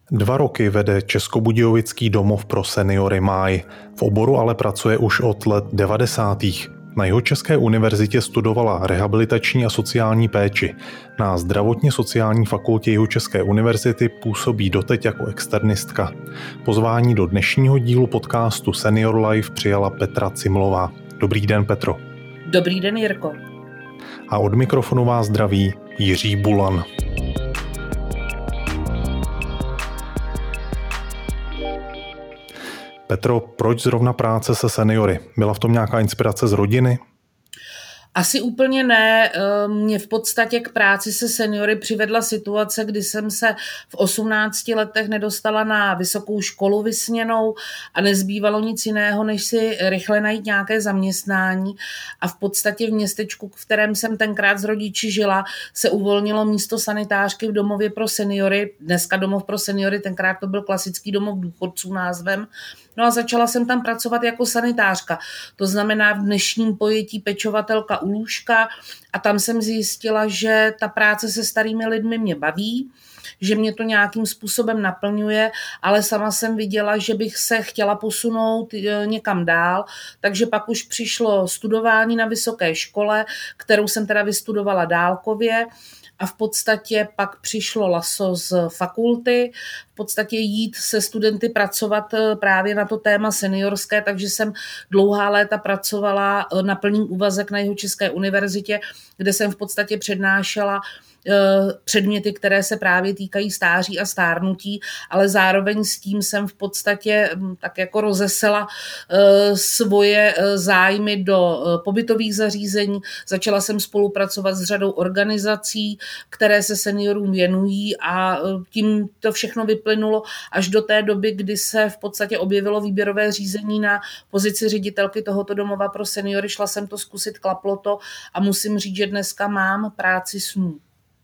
2 roky vede Českobudějovický domov pro seniory Máj. V oboru ale pracuje už od let 90. Na Jihočeské univerzitě studovala rehabilitační a sociální péči. Na zdravotně sociální fakultě Jihočeské univerzity působí doteď jako externistka. Pozvání do dnešního dílu podcastu Senior Life přijala Petra Cimlová. Dobrý den, Petro. Dobrý den, Jirko. A od mikrofonu vás zdraví Jiří Bulan. Petro, proč zrovna práce se seniory? Byla v tom nějaká inspirace z rodiny? Asi úplně ne. Mě v podstatě k práci se seniory přivedla situace, kdy jsem se v 18 letech nedostala na vysokou školu vysněnou a nezbývalo nic jiného, než si rychle najít nějaké zaměstnání. A v podstatě v městečku, v kterém jsem tenkrát s rodiči žila, se uvolnilo místo sanitářky v domově pro seniory. Dneska domov pro seniory, tenkrát to byl klasický domov důchodců názvem. No a začala jsem tam pracovat jako sanitářka. To znamená v dnešním pojetí pečovatelka u lůžka a tam jsem zjistila, že ta práce se starými lidmi mě baví, že mě to nějakým způsobem naplňuje, ale sama jsem viděla, že bych se chtěla posunout někam dál, takže pak už přišlo studování na vysoké škole, kterou jsem teda vystudovala dálkově. A v podstatě pak přišlo laso z fakulty, v podstatě jít se studenty pracovat právě na to téma seniorské, takže jsem dlouhá léta pracovala na plný úvazek na Jihočeské univerzitě, kde jsem v podstatě přednášela předměty, které se právě týkají stáří a stárnutí, ale zároveň s tím jsem v podstatě tak jako rozesela svoje zájmy do pobytových zařízení. Začala jsem spolupracovat s řadou organizací, které se seniorům věnují a tím to všechno vyplynulo až do té doby, kdy se v podstatě objevilo výběrové řízení na pozici ředitelky tohoto domova pro seniory. Šla jsem to zkusit, klaplo to a musím říct, že dneska mám práci snů.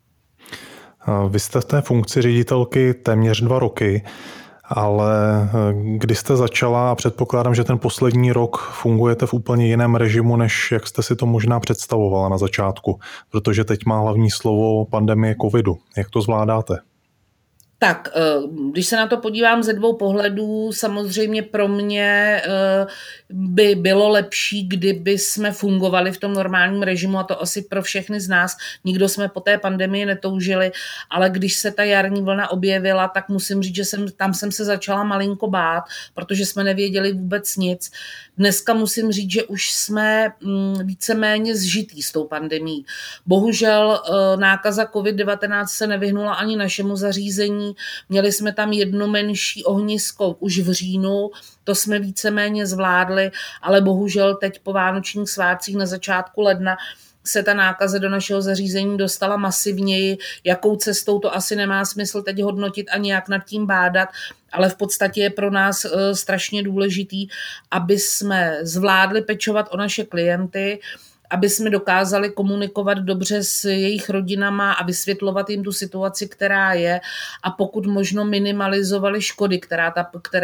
Vy jste v té funkci ředitelky téměř 2 roky, ale kdy jste začala a předpokládám, že ten poslední rok fungujete v úplně jiném režimu, než jak jste si to možná představovala na začátku, protože teď má hlavní slovo pandemie covidu. Jak to zvládáte? Tak, když se na to podívám ze 2 pohledů, samozřejmě pro mě by bylo lepší, kdyby jsme fungovali v tom normálním režimu a to asi pro všechny z nás. Nikdo jsme po té pandemii netoužili, ale když se ta jarní vlna objevila, tak musím říct, že tam jsem se začala malinko bát, protože jsme nevěděli vůbec nic. Dneska musím říct, že už jsme víceméně zžitý s tou pandemií. Bohužel nákaza COVID-19 se nevyhnula ani našemu zařízení. Měli jsme tam jedno menší ohnisko už v říjnu, to jsme víceméně zvládli, ale bohužel teď po vánočních svátcích na začátku ledna se ta nákaza do našeho zařízení dostala masivněji. Jakou cestou, to asi nemá smysl teď hodnotit a nějak nad tím bádat, ale v podstatě je pro nás strašně důležitý, aby jsme zvládli pečovat o naše klienty, aby jsme dokázali komunikovat dobře s jejich rodinama a vysvětlovat jim tu situaci, která je a pokud možno minimalizovali škody, která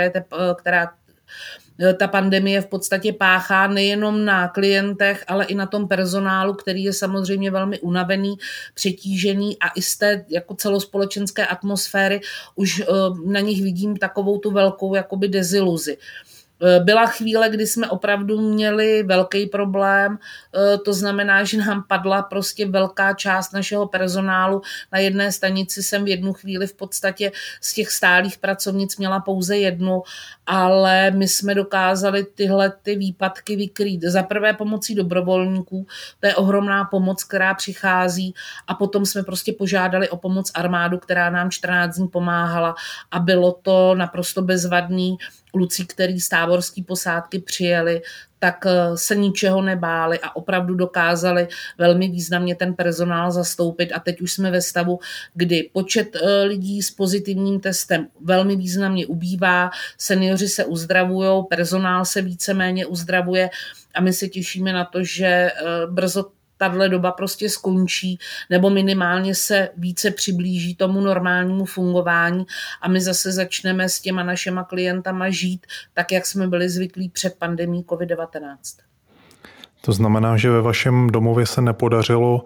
ta pandemie v podstatě páchá nejenom na klientech, ale i na tom personálu, který je samozřejmě velmi unavený, přetížený a i z té jako celospolečenské atmosféry už na nich vidím takovou tu velkou jakoby deziluzi. Byla chvíle, kdy jsme opravdu měli velký problém, to znamená, že nám padla prostě velká část našeho personálu. Na jedné stanici jsem v jednu chvíli v podstatě z těch stálých pracovnic měla pouze jednu, ale my jsme dokázali tyhle ty výpadky vykrýt. Za prvé pomocí dobrovolníků, to je ohromná pomoc, která přichází a potom jsme prostě požádali o pomoc armádu, která nám 14 dní pomáhala a bylo to naprosto bezvadný. Kluci, který z táborské posádky přijeli, tak se ničeho nebáli a opravdu dokázali velmi významně ten personál zastoupit a teď už jsme ve stavu, kdy počet lidí s pozitivním testem velmi významně ubývá, seniori se uzdravujou, personál se víceméně uzdravuje a my se těšíme na to, že brzo tahle doba prostě skončí nebo minimálně se více přiblíží tomu normálnímu fungování a my zase začneme s těma našima klientama žít tak, jak jsme byli zvyklí před pandemií COVID-19. To znamená, že ve vašem domově se nepodařilo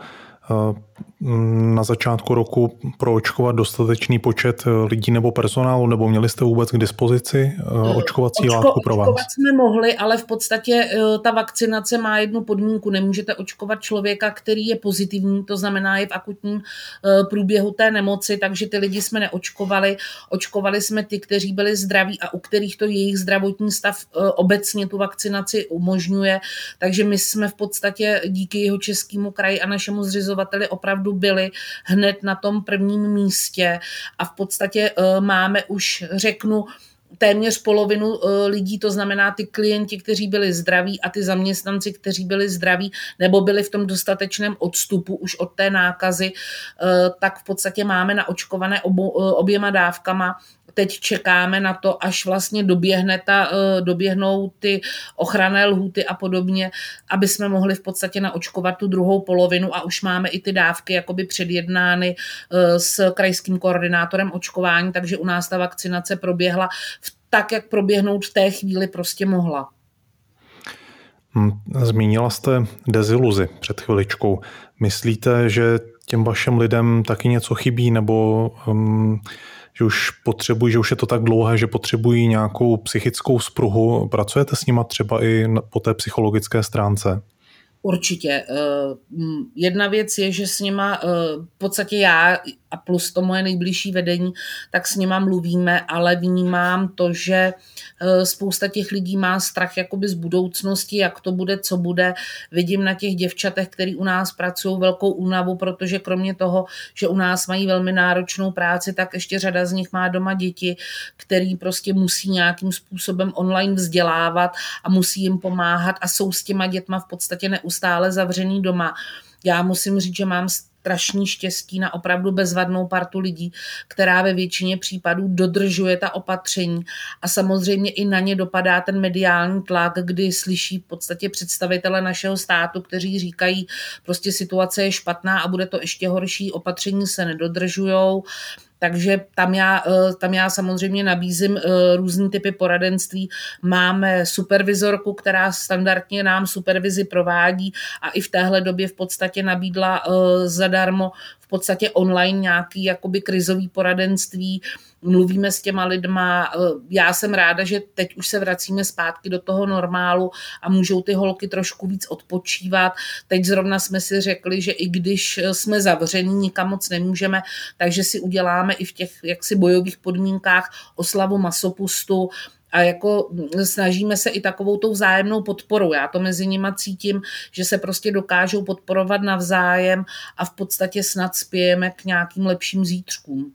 na začátku roku proočkovat dostatečný počet lidí nebo personálu, nebo měli jste vůbec k dispozici očkovací látku pro vás? Očkovat jsme mohli, ale v podstatě ta vakcinace má jednu podmínku. Nemůžete očkovat člověka, který je pozitivní, to znamená je v akutním průběhu té nemoci, takže ty lidi jsme neočkovali. Očkovali jsme ty, kteří byli zdraví a u kterých to jejich zdravotní stav obecně tu vakcinaci umožňuje. Takže my jsme v podstatě díky Jihočeskému kraji a našemu zřizovateli opravdu byli hned na tom prvním místě a v podstatě máme už, řeknu, téměř polovinu lidí, to znamená ty klienti, kteří byli zdraví a ty zaměstnanci, kteří byli zdraví nebo byli v tom dostatečném odstupu už od té nákazy, tak v podstatě máme naočkované oběma dávkama. Teď čekáme na to, až vlastně doběhnou ty ochranné lhůty a podobně, aby jsme mohli v podstatě naočkovat tu druhou polovinu a už máme i ty dávky jakoby předjednány s krajským koordinátorem očkování, takže u nás ta vakcinace proběhla tak, jak proběhnout v té chvíli prostě mohla. Zmínila jste deziluzi před chviličkou. Myslíte, že těm vašim lidem taky něco chybí, nebo že už potřebují, že už je to tak dlouhé, že potřebují nějakou psychickou spruhu? Pracujete s nima třeba i po té psychologické stránce? Určitě. Jedna věc je, že s nima v podstatě já a plus to moje nejbližší vedení, tak s nima mluvíme, ale vnímám to, že spousta těch lidí má strach jakoby z budoucnosti, jak to bude, co bude. Vidím na těch děvčatech, který u nás pracují, velkou únavu, protože kromě toho, že u nás mají velmi náročnou práci, tak ještě řada z nich má doma děti, který prostě musí nějakým způsobem online vzdělávat a musí jim pomáhat a jsou s těma dětma v podstatě neustále zavřený doma. Já musím říct, že mám strašný štěstí na opravdu bezvadnou partu lidí, která ve většině případů dodržuje ta opatření a samozřejmě i na ně dopadá ten mediální tlak, kdy slyší v podstatě představitele našeho státu, kteří říkají, prostě situace je špatná a bude to ještě horší, opatření se nedodržujou. Takže tam já samozřejmě nabízím různý typy poradenství. Máme supervizorku, která standardně nám supervizi provádí a i v téhle době v podstatě nabídla zadarmo v podstatě online nějaký jakoby krizový poradenství. Mluvíme s těma lidma. Já jsem ráda, že teď už se vracíme zpátky do toho normálu a můžou ty holky trošku víc odpočívat. Teď zrovna jsme si řekli, že i když jsme zavření, nikam moc nemůžeme, takže si uděláme i v těch jaksi bojových podmínkách oslavu masopustu a jako snažíme se i takovou tou vzájemnou podporou. Já to mezi nima cítím, že se prostě dokážou podporovat navzájem a v podstatě snad spějeme k nějakým lepším zítřkům.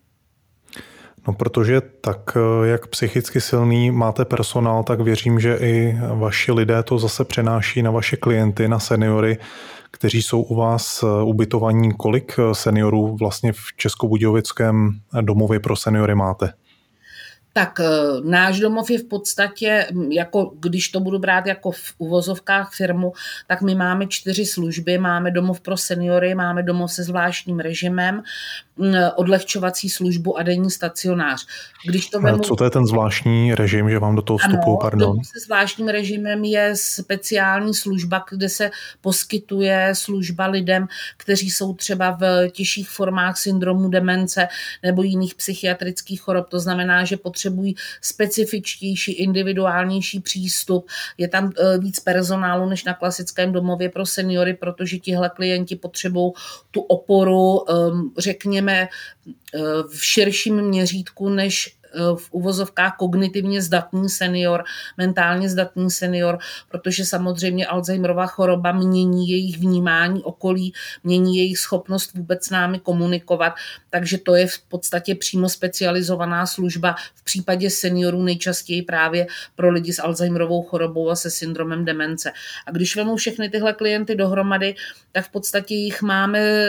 No, protože tak, jak psychicky silný máte personál, tak věřím, že i vaši lidé to zase přenáší na vaše klienty, na seniory, kteří jsou u vás ubytovaní. Kolik seniorů vlastně v Českobudějovickém domově pro seniory máte? Tak náš domov je v podstatě, jako když to budu brát jako v uvozovkách firmu, tak my máme 4 služby. Máme domov pro seniory, máme domov se zvláštním režimem, odlehčovací službu a denní stacionář. Co to je ten zvláštní režim, že vám do toho vstupují? Pardon. Domov se zvláštním režimem je speciální služba, kde se poskytuje služba lidem, kteří jsou třeba v těžších formách syndromu demence nebo jiných psychiatrických chorob. To znamená, že potřebují specifičtější, individuálnější přístup. Je tam víc personálu než na klasickém domově pro seniory, protože tihle klienti potřebují tu oporu, řekněme, v širším měřítku než v uvozovkách kognitivně zdatný senior, mentálně zdatný senior, protože samozřejmě Alzheimerova choroba mění jejich vnímání okolí, mění jejich schopnost vůbec s námi komunikovat, takže to je v podstatě přímo specializovaná služba v případě seniorů nejčastěji právě pro lidi s Alzheimerovou chorobou a se syndromem demence. A když vemu všechny tyhle klienty dohromady, tak v podstatě jich máme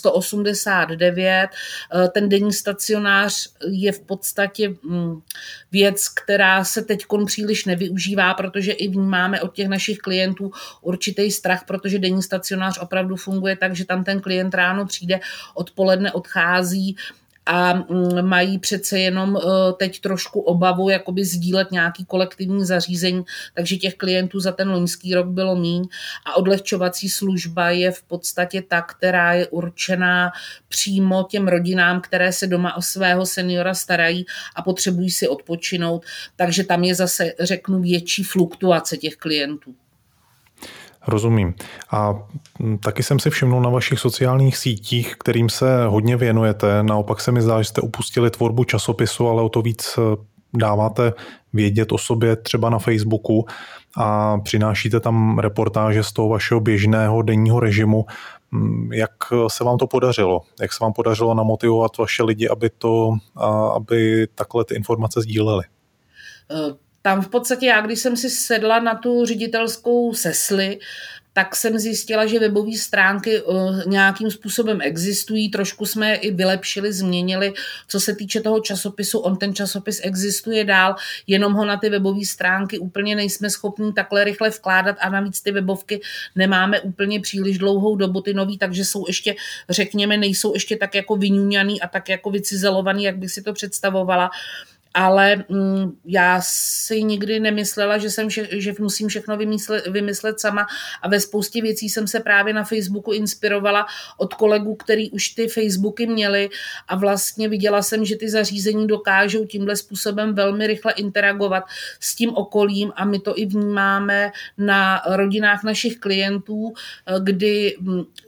189. Ten denní stacionář je v podstatě věc, která se teďkon příliš nevyužívá, protože i vnímáme od těch našich klientů určitý strach, protože denní stacionář opravdu funguje tak, že tam ten klient ráno přijde, odpoledne odchází a mají přece jenom teď trošku obavu jakoby sdílet nějaký kolektivní zařízení, takže těch klientů za ten loňský rok bylo míň a odlehčovací služba je v podstatě ta, která je určená přímo těm rodinám, které se doma o svého seniora starají a potřebují si odpočinout, takže tam je zase, řeknu, větší fluktuace těch klientů. Rozumím. A taky jsem si všimnul na vašich sociálních sítích, kterým se hodně věnujete. Naopak se mi zdá, že jste opustili tvorbu časopisu, ale o to víc dáváte vědět o sobě třeba na Facebooku a přinášíte tam reportáže z toho vašeho běžného denního režimu. Jak se vám to podařilo? Jak se vám podařilo namotivovat vaše lidi, aby takhle ty informace sdíleli? Tam v podstatě já, když jsem si sedla na tu ředitelskou sesli, tak jsem zjistila, že webové stránky nějakým způsobem existují, trošku jsme je i vylepšili, změnili, co se týče toho časopisu, ten časopis existuje dál, jenom ho na ty webové stránky úplně nejsme schopní takhle rychle vkládat a navíc ty webovky nemáme úplně příliš dlouhou dobu, ty nový, takže jsou ještě, řekněme, nejsou ještě tak jako vyňuňaný a tak jako vycizelovaný, jak bych si to představovala. Ale já si nikdy nemyslela, že musím všechno vymyslet sama a ve spoustě věcí jsem se právě na Facebooku inspirovala od kolegů, který už ty Facebooky měli a vlastně viděla jsem, že ty zařízení dokážou tímhle způsobem velmi rychle interagovat s tím okolím a my to i vnímáme na rodinách našich klientů, kdy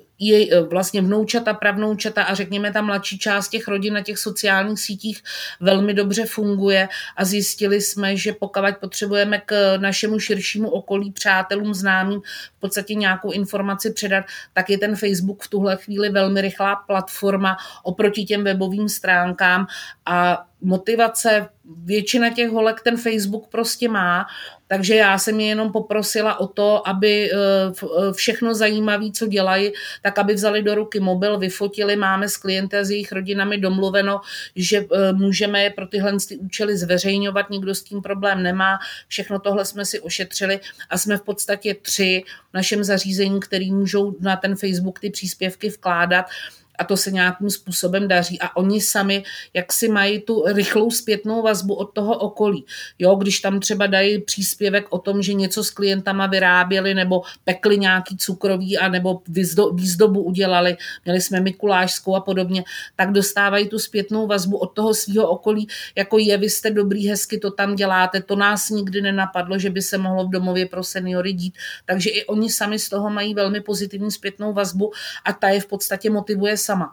je vlastně vnoučata, pravnoučata a řekněme ta mladší část těch rodin na těch sociálních sítích velmi dobře funguje a zjistili jsme, že pokud potřebujeme k našemu širšímu okolí, přátelům, známým v podstatě nějakou informaci předat, tak je ten Facebook v tuhle chvíli velmi rychlá platforma oproti těm webovým stránkám a motivace, většina těch holek ten Facebook prostě má, takže já jsem je jenom poprosila o to, aby všechno zajímavé, co dělají, tak aby vzali do ruky mobil, vyfotili, máme s klienty a s jejich rodinami domluveno, že můžeme je pro tyhle účely zveřejňovat, nikdo s tím problém nemá, všechno tohle jsme si ošetřili a jsme v podstatě 3 v našem zařízení, který můžou na ten Facebook ty příspěvky vkládat, a to se nějakým způsobem daří a oni sami, jak si mají tu rychlou zpětnou vazbu od toho okolí. Jo, když tam třeba dají příspěvek o tom, že něco s klientama vyráběli nebo pekli nějaký cukroví a nebo výzdobu udělali, měli jsme mikulášskou a podobně, tak dostávají tu zpětnou vazbu od toho svého okolí, jako vy jste dobrý, hezky to tam děláte, to nás nikdy nenapadlo, že by se mohlo v domově pro seniory dít, takže i oni sami z toho mají velmi pozitivní zpětnou vazbu a ta je v podstatě motivuje sama.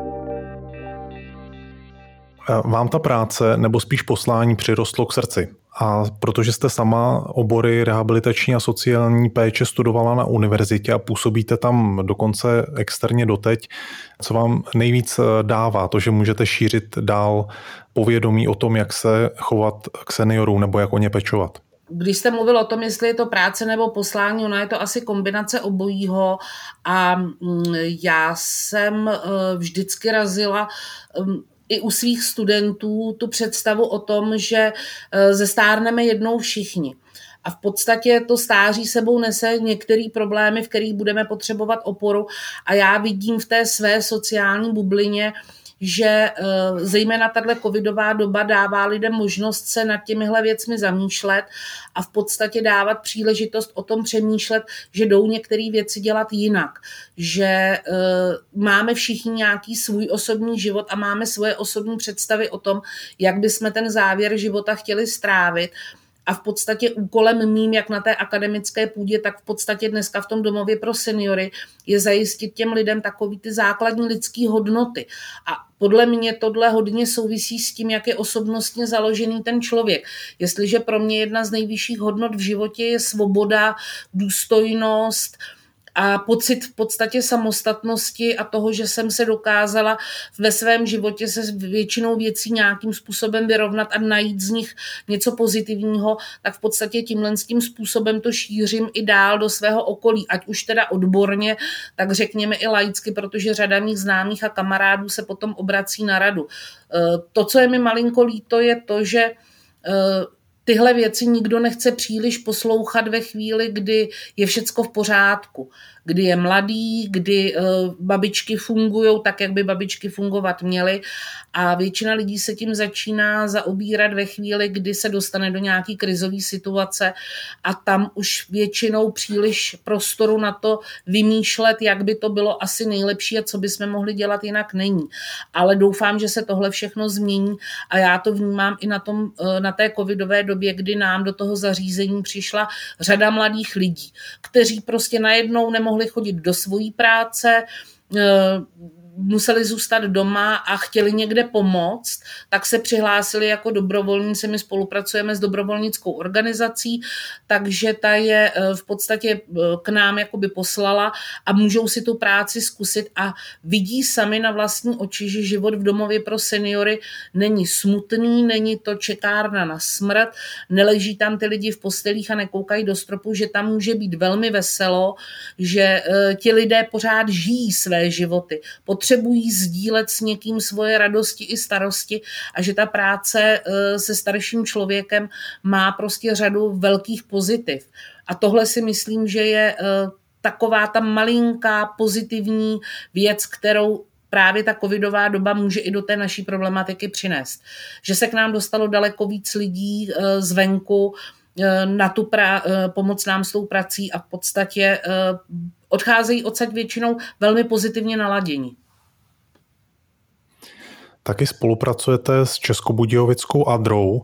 Vám ta práce nebo spíš poslání přirostlo k srdci? A protože jste sama obory rehabilitační a sociální péče studovala na univerzitě a působíte tam dokonce externě doteď, co vám nejvíc dává to, že můžete šířit dál povědomí o tom, jak se chovat k seniorům nebo jak o ně pečovat? Když jste mluvil o tom, jestli je to práce nebo poslání, ona je to asi kombinace obojího a já jsem vždycky razila i u svých studentů tu představu o tom, že zestárneme jednou všichni. A v podstatě to stáří sebou nese některé problémy, v kterých budeme potřebovat oporu a já vidím v té své sociální bublině, že zejména tato covidová doba dává lidem možnost se nad těmihle věcmi zamýšlet a v podstatě dávat příležitost o tom přemýšlet, že jdou některé věci dělat jinak. Že máme všichni nějaký svůj osobní život a máme svoje osobní představy o tom, jak bychom ten závěr života chtěli strávit. A v podstatě úkolem mým, jak na té akademické půdě, tak v podstatě dneska v tom domově pro seniory je zajistit těm lidem takový ty základní lidský hodnoty. A podle mě tohle hodně souvisí s tím, jak je osobnostně založený ten člověk. Jestliže pro mě jedna z nejvyšších hodnot v životě je svoboda, důstojnost a pocit v podstatě samostatnosti a toho, že jsem se dokázala ve svém životě se většinou věcí nějakým způsobem vyrovnat a najít z nich něco pozitivního, tak v podstatě tímhle tím způsobem to šířím i dál do svého okolí, ať už teda odborně, tak řekněme i laicky, protože řada mých známých a kamarádů se potom obrací na radu. To, co je mi malinko líto, je to, že tyhle věci nikdo nechce příliš poslouchat ve chvíli, kdy je všecko v pořádku. Kdy je mladý, kdy babičky fungují tak, jak by babičky fungovat měly a většina lidí se tím začíná zaobírat ve chvíli, kdy se dostane do nějaký krizové situace a tam už většinou příliš prostoru na to vymýšlet, jak by to bylo asi nejlepší a co bychom mohli dělat jinak není. Ale doufám, že se tohle všechno změní a já to vnímám i na té covidové době, kdy nám do toho zařízení přišla řada mladých lidí, kteří prostě najednou nemohli chodit do svojí práce, museli zůstat doma a chtěli někde pomoct, tak se přihlásili jako dobrovolníci. My spolupracujeme s dobrovolnickou organizací, takže ta je v podstatě k nám jakoby poslala a můžou si tu práci zkusit a vidí sami na vlastní oči, že život v domově pro seniory není smutný, není to čekárna na smrt, neleží tam ty lidi v postelích a nekoukají do stropu, že tam může být velmi veselo, že ti lidé pořád žijí své životy, potřebují sdílet s někým svoje radosti i starosti a že ta práce se starším člověkem má prostě řadu velkých pozitiv. A tohle si myslím, že je taková ta malinká pozitivní věc, kterou právě ta covidová doba může i do té naší problematiky přinést. Že se k nám dostalo daleko víc lidí zvenku na tu pomoc nám s tou prací a v podstatě odcházejí odsaď většinou velmi pozitivně naladění. Taky spolupracujete s Českobudějovickou Adrou.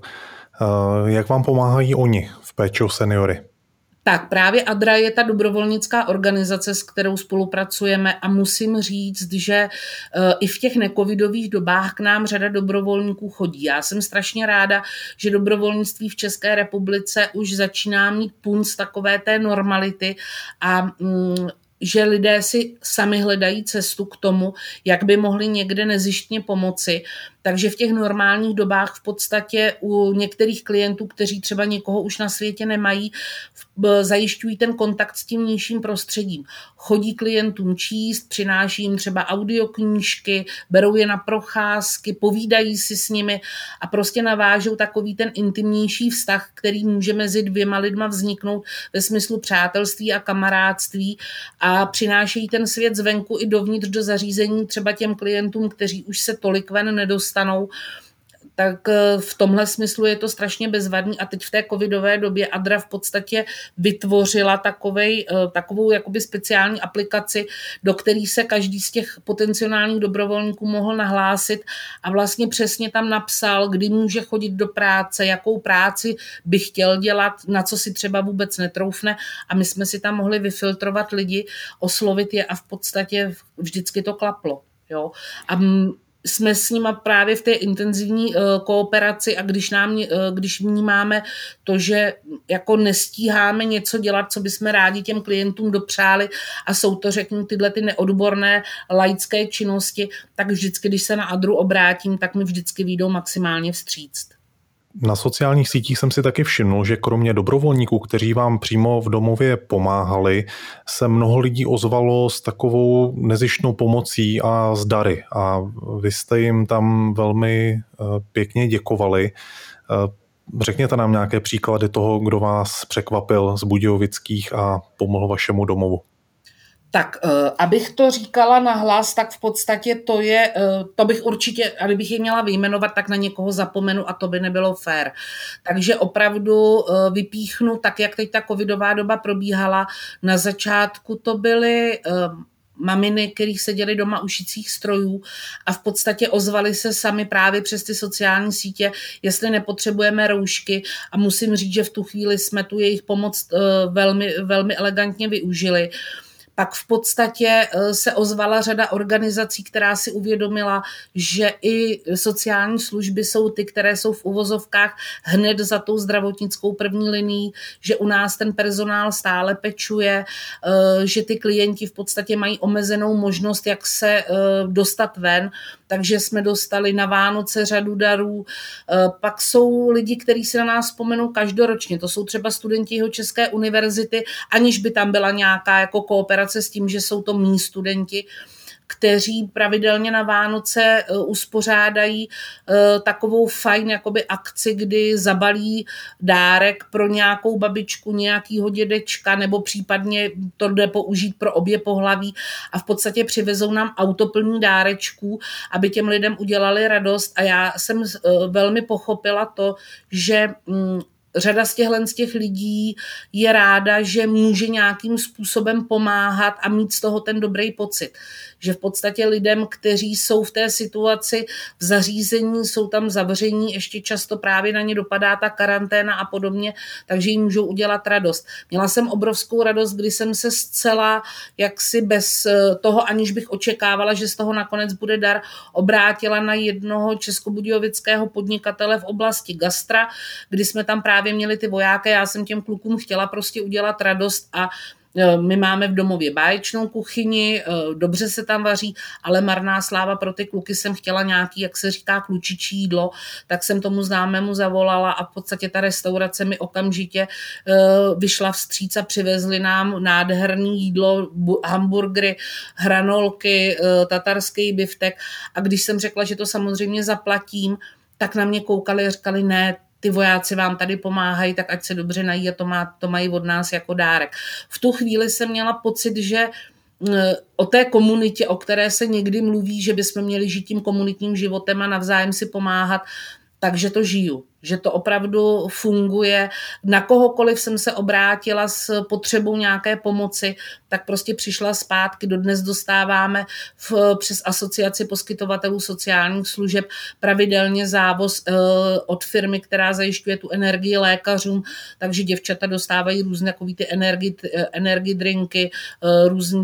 Jak vám pomáhají oni v péči o seniory? Tak právě Adra je ta dobrovolnická organizace, s kterou spolupracujeme a musím říct, že i v těch necovidových dobách k nám řada dobrovolníků chodí. Já jsem strašně ráda, že dobrovolnictví v České republice už začíná mít punc takové té normality a že lidé si sami hledají cestu k tomu, jak by mohli někde nezištně pomoci. Takže v těch normálních dobách v podstatě u některých klientů, kteří třeba někoho už na světě nemají, zajišťují ten kontakt s tím vnějším prostředím. Chodí klientům číst, přináší jim třeba audioknížky, berou je na procházky, povídají si s nimi a prostě navážou takový ten intimnější vztah, který může mezi dvěma lidma vzniknout ve smyslu přátelství a kamarádství a přinášejí ten svět zvenku i dovnitř do zařízení třeba těm klientům, kteří už se tolik ven nedostanou. Tak v tomhle smyslu je to strašně bezvadný a teď v té covidové době Adra v podstatě vytvořila takovou jakoby speciální aplikaci, do které se každý z těch potenciálních dobrovolníků mohl nahlásit a vlastně přesně tam napsal, kdy může chodit do práce, jakou práci by chtěl dělat, na co si třeba vůbec netroufne a my jsme si tam mohli vyfiltrovat lidi, oslovit je a v podstatě vždycky to klaplo. Jo? A jsme s nima právě v té intenzivní kooperaci a když vnímáme to, že jako nestíháme něco dělat, co bychom rádi těm klientům dopřáli a jsou to, řeknu, tyhle ty neodborné laické činnosti, tak vždycky, když se na Adru obrátím, tak mi vždycky vyjdou maximálně vstříct. Na sociálních sítích jsem si taky všiml, že kromě dobrovolníků, kteří vám přímo v domově pomáhali, se mnoho lidí ozvalo s takovou nezištnou pomocí a s dary. A vy jste jim tam velmi pěkně děkovali. Řekněte nám nějaké příklady toho, kdo vás překvapil z Budějovických a pomohl vašemu domovu. Tak, abych to říkala nahlas, tak v podstatě to bych určitě, a kdybych je měla vyjmenovat, tak na někoho zapomenu a to by nebylo fér. Takže opravdu vypíchnu, tak jak teď ta covidová doba probíhala, na začátku to byly maminy, který seděli doma u šicích strojů a v podstatě ozvali se sami právě přes ty sociální sítě, jestli nepotřebujeme roušky a musím říct, že v tu chvíli jsme tu jejich pomoc velmi, velmi elegantně využili. Pak v podstatě se ozvala řada organizací, která si uvědomila, že i sociální služby jsou ty, které jsou v uvozovkách hned za tou zdravotnickou první linií, že u nás ten personál stále pečuje, že ty klienti v podstatě mají omezenou možnost, jak se dostat ven, takže jsme dostali na Vánoce řadu darů. Pak jsou lidi, kteří si na nás vzpomenou každoročně, to jsou třeba studenti Jihočeské univerzity, aniž by tam byla nějaká jako kooperace s tím, že jsou to mí studenti, kteří pravidelně na Vánoce uspořádají takovou fajn jakoby akci, kdy zabalí dárek pro nějakou babičku, nějakýho dědečka, nebo případně to jde použít pro obě pohlaví a v podstatě přivezou nám auto plný dárečků, aby těm lidem udělali radost. A já jsem velmi pochopila to, že řada z těch lidí je ráda, že může nějakým způsobem pomáhat a mít z toho ten dobrý pocit. Že v podstatě lidem, kteří jsou v té situaci v zařízení, jsou tam zavření, ještě často právě na ně dopadá ta karanténa a podobně, takže jim můžou udělat radost. Měla jsem obrovskou radost, kdy jsem se zcela jaksi bez toho, aniž bych očekávala, že z toho nakonec bude dar, obrátila na jednoho českobudějovického podnikatele v oblasti gastra, kdy jsme tam právě měli ty vojáky, já jsem těm klukům chtěla prostě udělat radost a my máme v domově báječnou kuchyni, dobře se tam vaří, ale marná sláva pro ty kluky, jsem chtěla nějaký, jak se říká, klučičí jídlo, tak jsem tomu známému zavolala a v podstatě ta restaurace mi okamžitě vyšla vstříc a přivezli nám nádherné jídlo, hamburgery, hranolky, tatarský biftek a když jsem řekla, že to samozřejmě zaplatím, tak na mě koukali a říkali, ne, ty vojáci vám tady pomáhají, tak ať se dobře nají a to mají od nás jako dárek. V tu chvíli jsem měla pocit, že o té komunitě, o které se někdy mluví, že bychom měli žít tím komunitním životem a navzájem si pomáhat, takže to žiju. Že to opravdu funguje. Na kohokoliv jsem se obrátila s potřebou nějaké pomoci, tak prostě přišla zpátky. Dodnes dostáváme přes asociaci poskytovatelů sociálních služeb pravidelně závoz od firmy, která zajišťuje tu energii lékařům, takže děvčata dostávají různé takový ty energy drinky, různý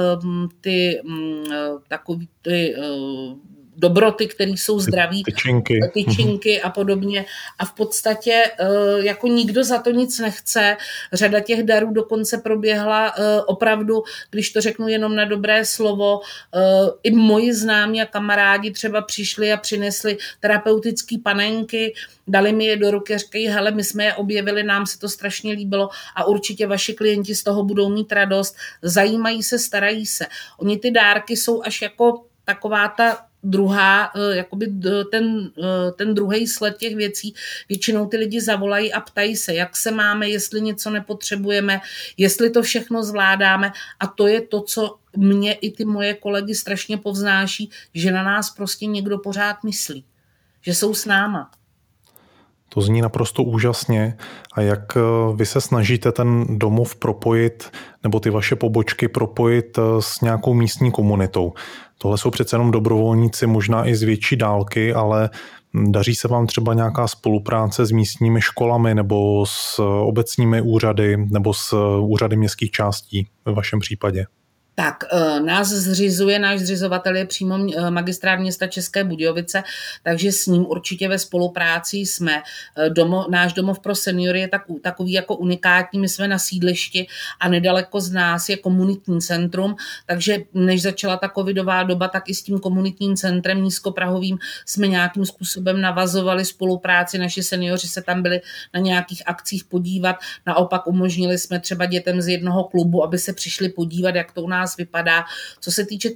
takový ty dobroty, které jsou zdraví, tyčinky a podobně. A v podstatě jako nikdo za to nic nechce. Řada těch darů dokonce proběhla opravdu, když to řeknu jenom na dobré slovo, i moji známí a kamarádi třeba přišli a přinesli terapeutické panenky, dali mi je do ruky a říkají, hele, my jsme je objevili, nám se to strašně líbilo a určitě vaši klienti z toho budou mít radost, zajímají se, starají se. Oni ty dárky jsou až jako taková ta druhá, jakoby ten druhý sled těch věcí, většinou ty lidi zavolají a ptají se, jak se máme, jestli něco nepotřebujeme, jestli to všechno zvládáme a to je to, co mě i ty moje kolegy strašně povznáší, že na nás prostě někdo pořád myslí, že jsou s náma. To zní naprosto úžasně. A jak vy se snažíte ten domov propojit, nebo ty vaše pobočky propojit s nějakou místní komunitou? Tohle jsou přece jenom dobrovolníci, možná i z větší dálky, ale daří se vám třeba nějaká spolupráce s místními školami nebo s obecními úřady nebo s úřady městských částí ve vašem případě? Tak nás zřizuje, náš zřizovatel je přímo magistrát města České Budějovice, takže s ním určitě ve spolupráci jsme. Náš domov pro seniory je takový jako unikátní, my jsme na sídlišti a nedaleko z nás je komunitní centrum, takže než začala ta covidová doba, tak i s tím komunitním centrem nízkoprahovým jsme nějakým způsobem navazovali spolupráci, naši seniori se tam byli na nějakých akcích podívat, naopak umožnili jsme třeba dětem z jednoho klubu, aby se přišli podívat, jak to u nás vypadá. Co se týče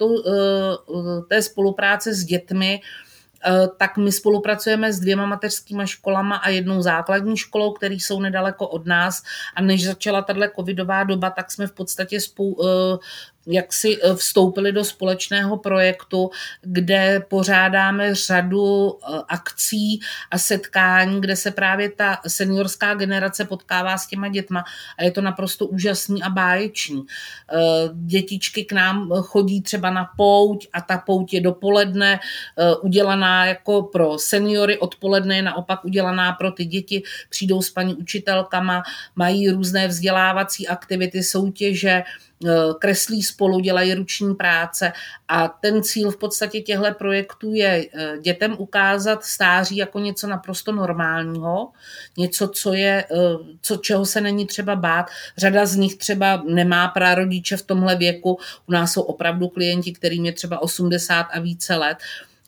té spolupráce s dětmi, tak my spolupracujeme s 2 mateřskými školama a 1 základní školou, které jsou nedaleko od nás a než začala tato covidová doba, tak jsme v podstatě jak si vstoupili do společného projektu, kde pořádáme řadu akcí a setkání, kde se právě ta seniorská generace potkává s těma dětma a je to naprosto úžasný a báječný. Dětičky k nám chodí třeba na pouť a ta pouť je dopoledne udělaná jako pro seniory, odpoledne je naopak udělaná pro ty děti, přijdou s paní učitelkama, mají různé vzdělávací aktivity, soutěže, kreslí spolu, dělají ruční práce a ten cíl v podstatě těchto projektů je dětem ukázat stáří jako něco naprosto normálního, něco, čeho se není třeba bát. Řada z nich třeba nemá prarodiče v tomhle věku, u nás jsou opravdu klienti, kterým je třeba 80 a více let,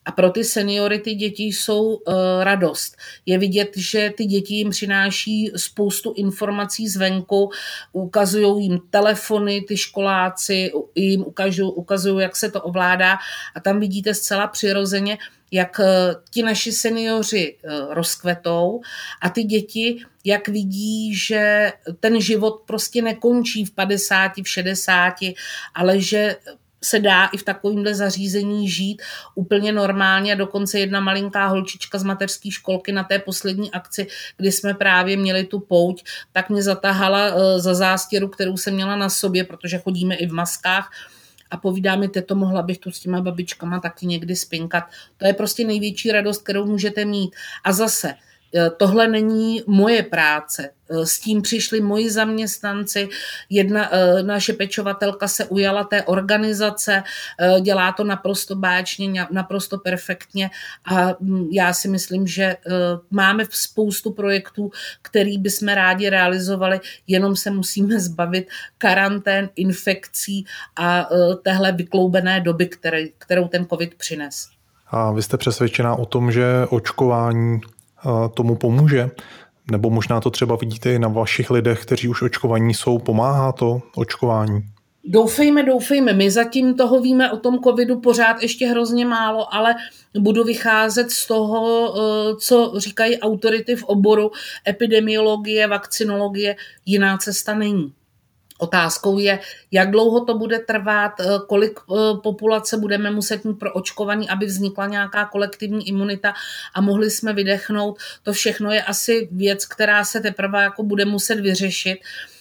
A pro ty seniory ty děti jsou radost. Je vidět, že ty děti jim přináší spoustu informací zvenku, ukazují jim telefony, ty školáci jim ukazují, jak se to ovládá a tam vidíte zcela přirozeně, jak ti naši seniori rozkvetou a ty děti, jak vidí, že ten život prostě nekončí v 50, v 60, ale že se dá i v takovémhle zařízení žít úplně normálně a dokonce jedna malinká holčička z mateřské školky na té poslední akci, kdy jsme právě měli tu pouť, tak mě zatahala za zástěru, kterou jsem měla na sobě, protože chodíme i v maskách a povídá mi, teto, mohla bych tu s těma babičkama taky někdy spinkat. To je prostě největší radost, kterou můžete mít. A zase, tohle není moje práce. S tím přišli moji zaměstnanci. Jedna naše pečovatelka se ujala té organizace, dělá to naprosto báječně, naprosto perfektně a já si myslím, že máme spoustu projektů, který bychom rádi realizovali, jenom se musíme zbavit karantén, infekcí a téhle vykloubené doby, kterou ten covid přines. A vy jste přesvědčená o tom, že očkování tomu pomůže? Nebo možná to třeba vidíte i na vašich lidech, kteří už očkovaní jsou, pomáhá to očkování? Doufejme. My zatím toho víme o tom covidu pořád ještě hrozně málo, ale budu vycházet z toho, co říkají autority v oboru epidemiologie, vakcinologie. Jiná cesta není. Otázkou je, jak dlouho to bude trvat, kolik populace budeme muset mít pro očkovaní, aby vznikla nějaká kolektivní imunita a mohli jsme vydechnout. To všechno je asi věc, která se teprve jako bude muset vyřešit.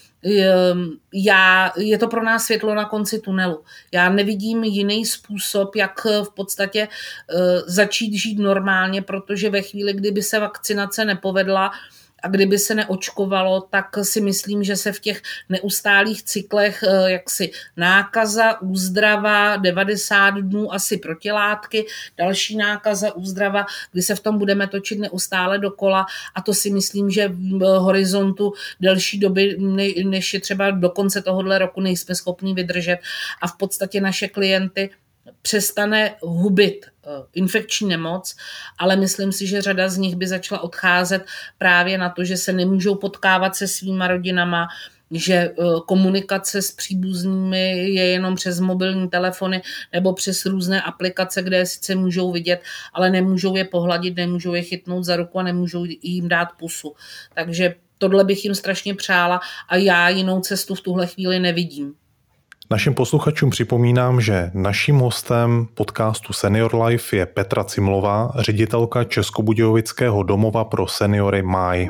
Je to pro nás světlo na konci tunelu. Já nevidím jiný způsob, jak v podstatě začít žít normálně, protože ve chvíli, kdyby se vakcinace nepovedla, a kdyby se neočkovalo, tak si myslím, že se v těch neustálých cyklech jaksi nákaza, úzdrava, 90 dnů asi protilátky, další nákaza, úzdrava, kdy se v tom budeme točit neustále dokola a to si myslím, že v horizontu delší doby, než je třeba do konce tohohle roku, nejsme schopni vydržet a v podstatě naše klienty přestane hubit infekční nemoc, ale myslím si, že řada z nich by začala odcházet právě na to, že se nemůžou potkávat se svýma rodinama, že komunikace s příbuznými je jenom přes mobilní telefony nebo přes různé aplikace, kde je sice můžou vidět, ale nemůžou je pohladit, nemůžou je chytnout za ruku a nemůžou jim dát pusu. Takže tohle bych jim strašně přála a já jinou cestu v tuhle chvíli nevidím. Našim posluchačům připomínám, že naším hostem podcastu Senior Life je Petra Cimlová, ředitelka Českobudějovického domova pro seniory MAI.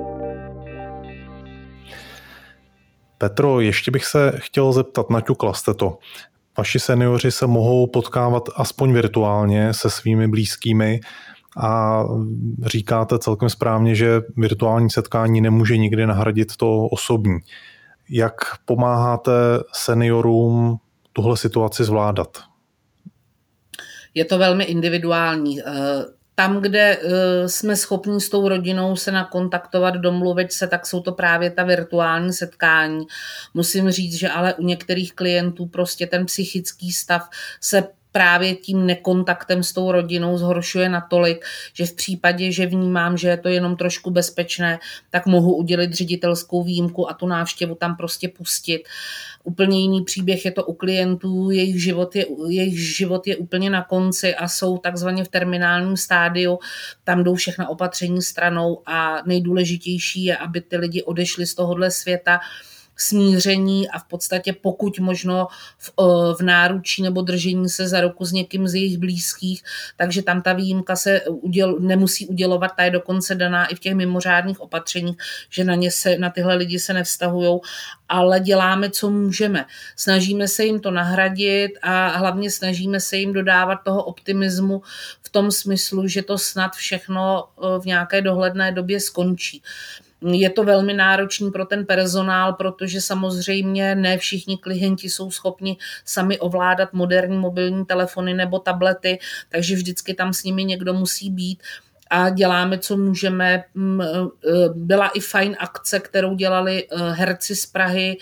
Petro, ještě bych se chtěl zeptat, naťukla jste to. Vaši seniori se mohou potkávat aspoň virtuálně se svými blízkými a říkáte celkem správně, že virtuální setkání nemůže nikdy nahradit to osobní. Jak pomáháte seniorům tuhle situaci zvládat? Je to velmi individuální. Tam, kde jsme schopni s tou rodinou se nakontaktovat, domluvit se, tak jsou to právě ta virtuální setkání. Musím říct, že ale u některých klientů prostě ten psychický stav se právě tím nekontaktem s tou rodinou zhoršuje natolik, že v případě, že vnímám, že je to jenom trošku bezpečné, tak mohu udělit ředitelskou výjimku a tu návštěvu tam prostě pustit. Úplně jiný příběh je to u klientů, jejich život je úplně na konci a jsou takzvaně v terminálním stádiu, tam jdou všechna opatření stranou a nejdůležitější je, aby ty lidi odešli z tohohle světa smíření a v podstatě pokud možno v náručí nebo držení se za ruku s někým z jejich blízkých, takže tam ta výjimka se nemusí udělovat, ta je dokonce daná i v těch mimořádných opatřeních, že na tyhle lidi se nevztahujou, ale děláme, co můžeme. Snažíme se jim to nahradit a hlavně snažíme se jim dodávat toho optimismu v tom smyslu, že to snad všechno v nějaké dohledné době skončí. Je to velmi náročný pro ten personál, protože samozřejmě ne všichni klienti jsou schopni sami ovládat moderní mobilní telefony nebo tablety, takže vždycky tam s nimi někdo musí být a děláme, co můžeme. Byla i fajn akce, kterou dělali herci z Prahy,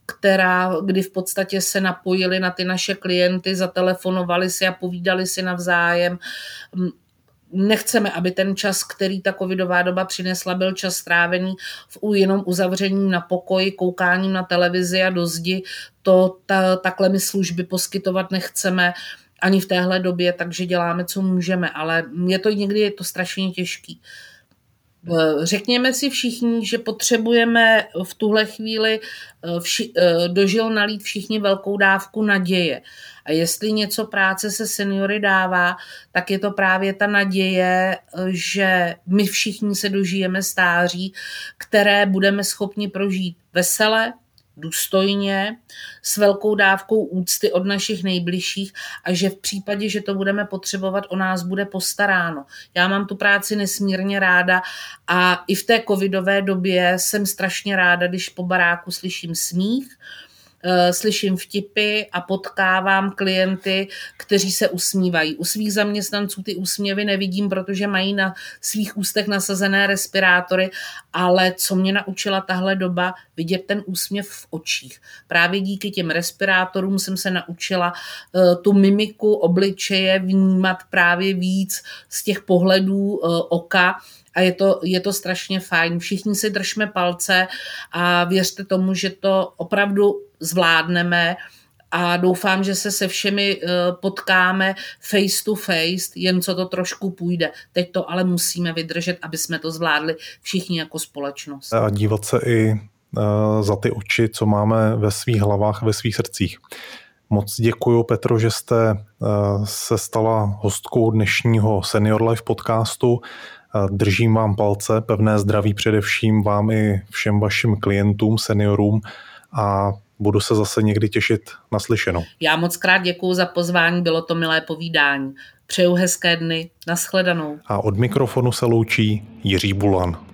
kdy v podstatě se napojili na ty naše klienty, zatelefonovali si a povídali si navzájem. Nechceme, aby ten čas, který ta covidová doba přinesla, byl čas strávený jenom uzavřením na pokoji, koukáním na televizi a do zdi. Takhle my služby poskytovat nechceme ani v téhle době, takže děláme, co můžeme, ale někdy je to strašně těžký. Řekněme si všichni, že potřebujeme v tuhle chvíli do žil nalít všichni velkou dávku naděje. A jestli něco práce se seniory dává, tak je to právě ta naděje, že my všichni se dožijeme stáří, které budeme schopni prožít vesele, důstojně, s velkou dávkou úcty od našich nejbližších a že v případě, že to budeme potřebovat, o nás bude postaráno. Já mám tu práci nesmírně ráda a i v té covidové době jsem strašně ráda, když po baráku slyším smích, slyším vtipy a potkávám klienty, kteří se usmívají. U svých zaměstnanců ty úsměvy nevidím, protože mají na svých ústech nasazené respirátory, ale co mě naučila tahle doba, vidět ten úsměv v očích. Právě díky těm respirátorům jsem se naučila tu mimiku obličeje vnímat právě víc z těch pohledů oka, a je to strašně fajn. Všichni si držme palce a věřte tomu, že to opravdu zvládneme a doufám, že se všemi potkáme face to face, jen co to trošku půjde. Teď to ale musíme vydržet, aby jsme to zvládli všichni jako společnost. A dívat se i za ty oči, co máme ve svých hlavách, ve svých srdcích. Moc děkuju, Petro, že jste se stala hostkou dnešního Senior Life podcastu. Držím vám palce, pevné zdraví především vám i všem vašim klientům, seniorům a budu se zase někdy těšit na slyšenou. Já moc krát děkuju za pozvání, bylo to milé povídání. Přeju hezké dny, nashledanou. A od mikrofonu se loučí Jiří Bulan.